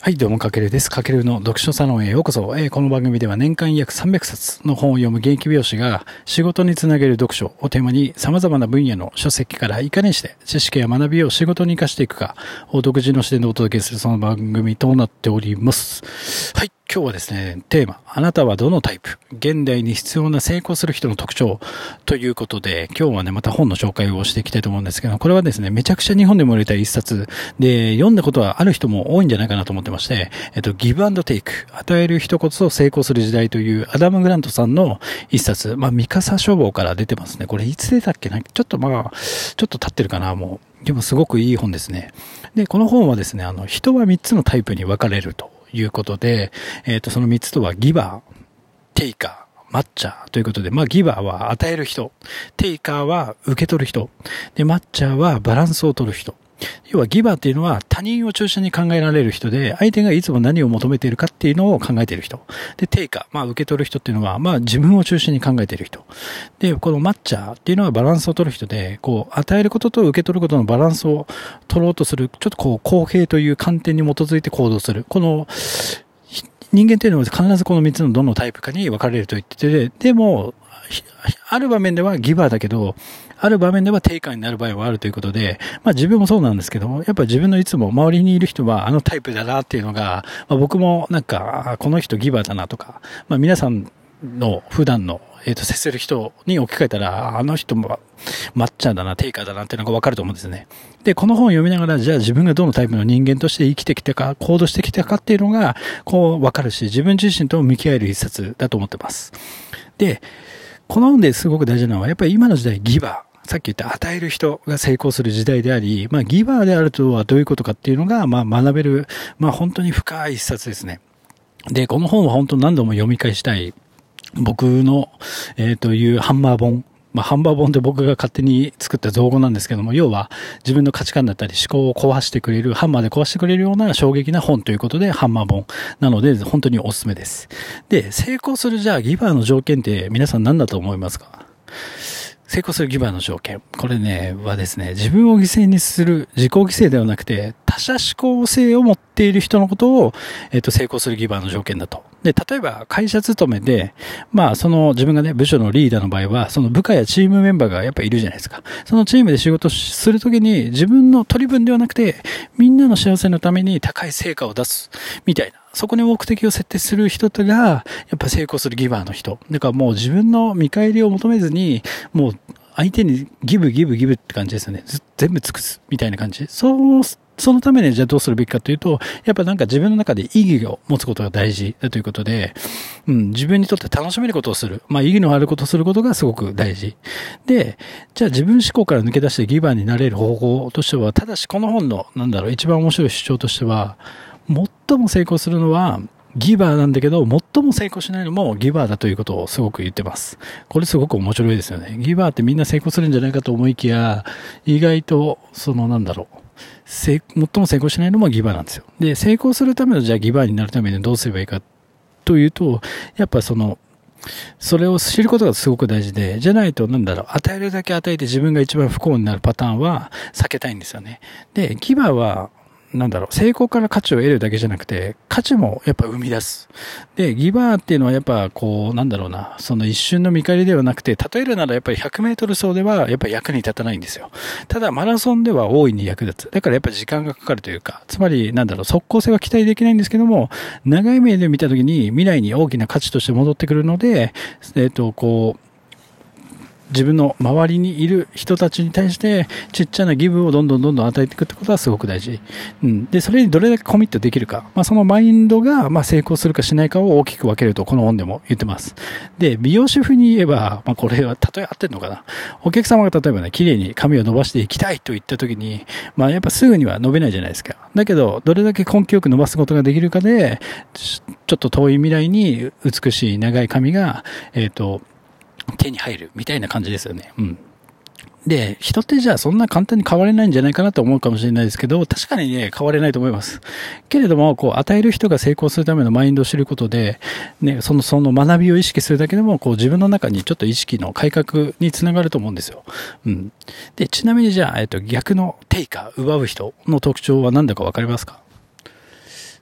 はい、どうも、かけるです。かけるの読書サロンへようこそ。この番組では年間約300冊の本を読む現役美容師が仕事につなげる読書をテーマに様々な分野の書籍からいかにして知識や学びを仕事に活かしていくかを独自の視点でお届けするその番組となっております。はい、今日はですね、テーマ、あなたはどのタイプ？現代に必要な成功する人の特徴ということで、今日はね、また本の紹介をしていきたいと思うんですけど、これはですね、めちゃくちゃ日本でも売れた一冊で、読んだことはある人も多いんじゃないかなと思ってまして、ギブアンドテイク、与える人こそ成功する時代というアダム・グラントさんの一冊、ミカサ書房から出てますね。これいつ出たっけな？ちょっと経ってるかな、もう。でもすごくいい本ですね。で、この本はですね、人は3つのタイプに分かれるということで、その3つとはギバー、テイカー、マッチャーということで、ギバーは与える人、テイカーは受け取る人、で、マッチャーはバランスを取る人。要はギバーっていうのは他人を中心に考えられる人で、相手がいつも何を求めているかっていうのを考えている人。で、テイカー、受け取る人っていうのは、自分を中心に考えている人。で、このマッチャーっていうのはバランスを取る人で、与えることと受け取ることのバランスを取ろうとする、ちょっと公平という観点に基づいて行動する。この人間っていうのは必ずこの3つのどのタイプかに分かれると言ってて、でも、ある場面ではギバーだけど、ある場面ではテイカーになる場合はあるということで、自分もそうなんですけども、やっぱ自分のいつも周りにいる人はあのタイプだなっていうのが、僕もこの人ギバーだなとか、皆さんの普段の接する人に置き換えたら、あの人もマッチャーだな、テイカーだなっていうのが分かると思うんですね。で、この本を読みながら、じゃあ自分がどのタイプの人間として生きてきたか、行動してきたかっていうのが、分かるし、自分自身と向き合える一冊だと思ってます。で、この本ですごく大事なのは、やっぱり今の時代ギバー。さっき言った与える人が成功する時代であり、ギバーであるとはどういうことかっていうのが、学べる、本当に深い一冊ですね。で、この本は本当何度も読み返したい。僕の、いうハンマー本。ハンマー本って僕が勝手に作った造語なんですけども、要は自分の価値観だったり思考を壊してくれる、ハンマーで壊してくれるような衝撃な本ということで、ハンマー本なので、本当におすすめです。で、成功するじゃあギバーの条件って皆さん何だと思いますか？成功するギバーの条件。これね、はですね、自分を犠牲にする、自己犠牲ではなくて、他者思考性を持っている人のことを、成功するギバーの条件だと。で、例えば会社勤めで、その自分がね、部署のリーダーの場合は、その部下やチームメンバーがやっぱいるじゃないですか。そのチームで仕事するときに、自分の取り分ではなくて、みんなの幸せのために高い成果を出す、みたいな。そこに目的を設定する人が、やっぱ成功するギバーの人。だからもう自分の見返りを求めずに、もう相手にギブって感じですよね。全部尽くす、みたいな感じ。そのためにじゃあどうするべきかというと、やっぱ自分の中で意義を持つことが大事だということで、自分にとって楽しめることをする。意義のあることをすることがすごく大事。で、じゃあ自分思考から抜け出してギバーになれる方法としては、ただしこの本の、一番面白い主張としては、最も成功するのはギバーなんだけど、最も成功しないのもギバーだということをすごく言ってます。これすごく面白いですよね。ギバーってみんな成功するんじゃないかと思いきや、意外と、最も成功しないのもギバーなんですよ。で、成功するための、じゃあギバーになるためにどうすればいいかというと、やっぱそれを知ることがすごく大事で、じゃないと与えるだけ与えて自分が一番不幸になるパターンは避けたいんですよね。で、ギバーは、成功から価値を得るだけじゃなくて、価値もやっぱ生み出す。で、ギバーっていうのはやっぱその一瞬の見返りではなくて、例えるならやっぱり100メートル走ではやっぱり役に立たないんですよ。ただマラソンでは大いに役立つ。だからやっぱり時間がかかるというか、つまり速攻性は期待できないんですけども、長い目で見たときに未来に大きな価値として戻ってくるので、自分の周りにいる人たちに対してちっちゃなギブをどんどん与えていくってことはすごく大事。で、それにどれだけコミットできるか。そのマインドが、成功するかしないかを大きく分けると、この本でも言ってます。で、美容師風に言えば、これは例え合ってるのかな。お客様が例えばね、綺麗に髪を伸ばしていきたいと言ったときに、やっぱすぐには伸びないじゃないですか。だけど、どれだけ根気よく伸ばすことができるかで、ちょっと遠い未来に美しい長い髪が、手に入るみたいな感じですよね。で、人ってじゃあそんな簡単に変われないんじゃないかなと思うかもしれないですけど、確かにね、変われないと思います。けれども、与える人が成功するためのマインドを知ることで、ね、その学びを意識するだけでも、自分の中にちょっと意識の改革につながると思うんですよ。で、ちなみにじゃあ、逆のテイカー、奪う人の特徴は何だかわかりますか？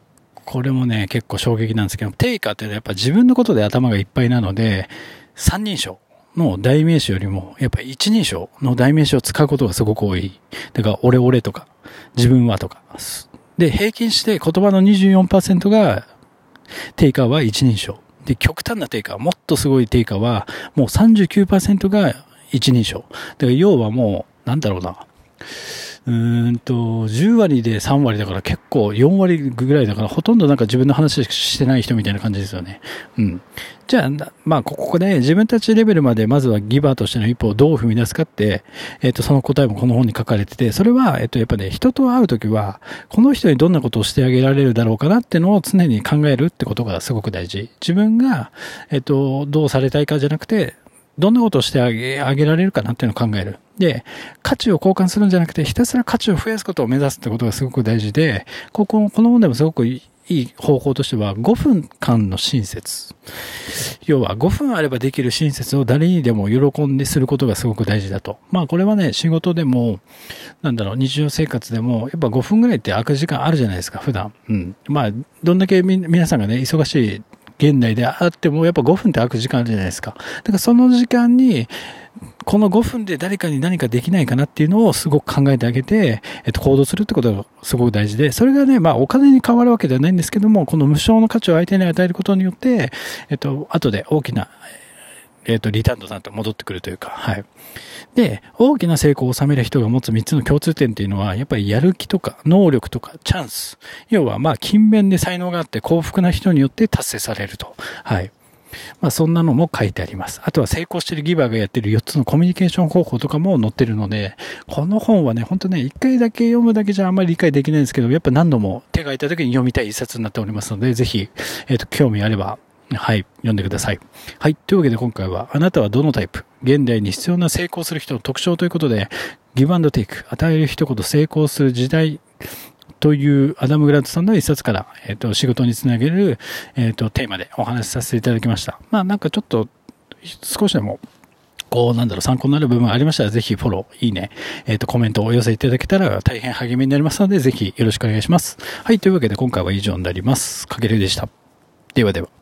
これもね、結構衝撃なんですけど、テイカーってやっぱ自分のことで頭がいっぱいなので、三人称の代名詞よりも、やっぱり一人称の代名詞を使うことがすごく多い。だから、俺とか、自分はとか。で、平均して言葉の 24% が、テイカーは一人称。で、極端なテイカー、もっとすごいテイカーは、もう 39% が一人称。だから要はもう、なんだろうな。10割で3割だから結構4割ぐらいだからほとんどなんか自分の話してない人みたいな感じですよね。うん。じゃあ、まあ、ここで自分たちレベルまでまずはギバーとしての一歩をどう踏み出すかって、その答えもこの本に書かれてて、それは、やっぱね、人と会うときは、この人にどんなことをしてあげられるだろうかなってのを常に考えるってことがすごく大事。自分が、どうされたいかじゃなくて、どんなことをしてあげられるかなっていうのを考える。で、価値を交換するんじゃなくて、ひたすら価値を増やすことを目指すってことがすごく大事で、この本でもすごくいい方法としては、5分間の親切。要は、5分あればできる親切を誰にでも喜んですることがすごく大事だと。まあ、これはね、仕事でも、日常生活でも、やっぱ5分ぐらいって空く時間あるじゃないですか、普段。うん。まあ、どんだけ皆さんがね、忙しい、現代であってもやっぱ5分って空く時間あるじゃないですか。だからその時間に、この5分で誰かに何かできないかなっていうのをすごく考えてあげて、行動するってことがすごく大事で、それがね、まあお金に変わるわけではないんですけども、この無償の価値を相手に与えることによって、後で大きな、リターンとなって戻ってくるというか、はい。で、大きな成功を収める人が持つ3つの共通点っていうのは、やっぱりやる気とか、能力とか、チャンス。要は、まあ、勤勉で才能があって幸福な人によって達成されると。はい。まあ、そんなのも書いてあります。あとは成功しているギバーがやっている4つのコミュニケーション方法とかも載ってるので、この本はね、本当ね、1回だけ読むだけじゃあんまり理解できないんですけど、やっぱ何度も手が空いた時に読みたい一冊になっておりますので、ぜひ、興味あれば、はい、読んでください。はい、というわけで今回は、あなたはどのタイプ？現代に必要な成功する人の特徴ということで、ギブアンドテイク、与える一言成功する時代というアダム・グラントさんの一冊から、仕事につなげる、テーマでお話しさせていただきました。まあなんかちょっと、少しでも、参考になる部分がありましたら、ぜひフォロー、いいね、コメントをお寄せいただけたら大変励みになりますので、ぜひよろしくお願いします。はい、というわけで今回は以上になります。かけるでした。ではでは。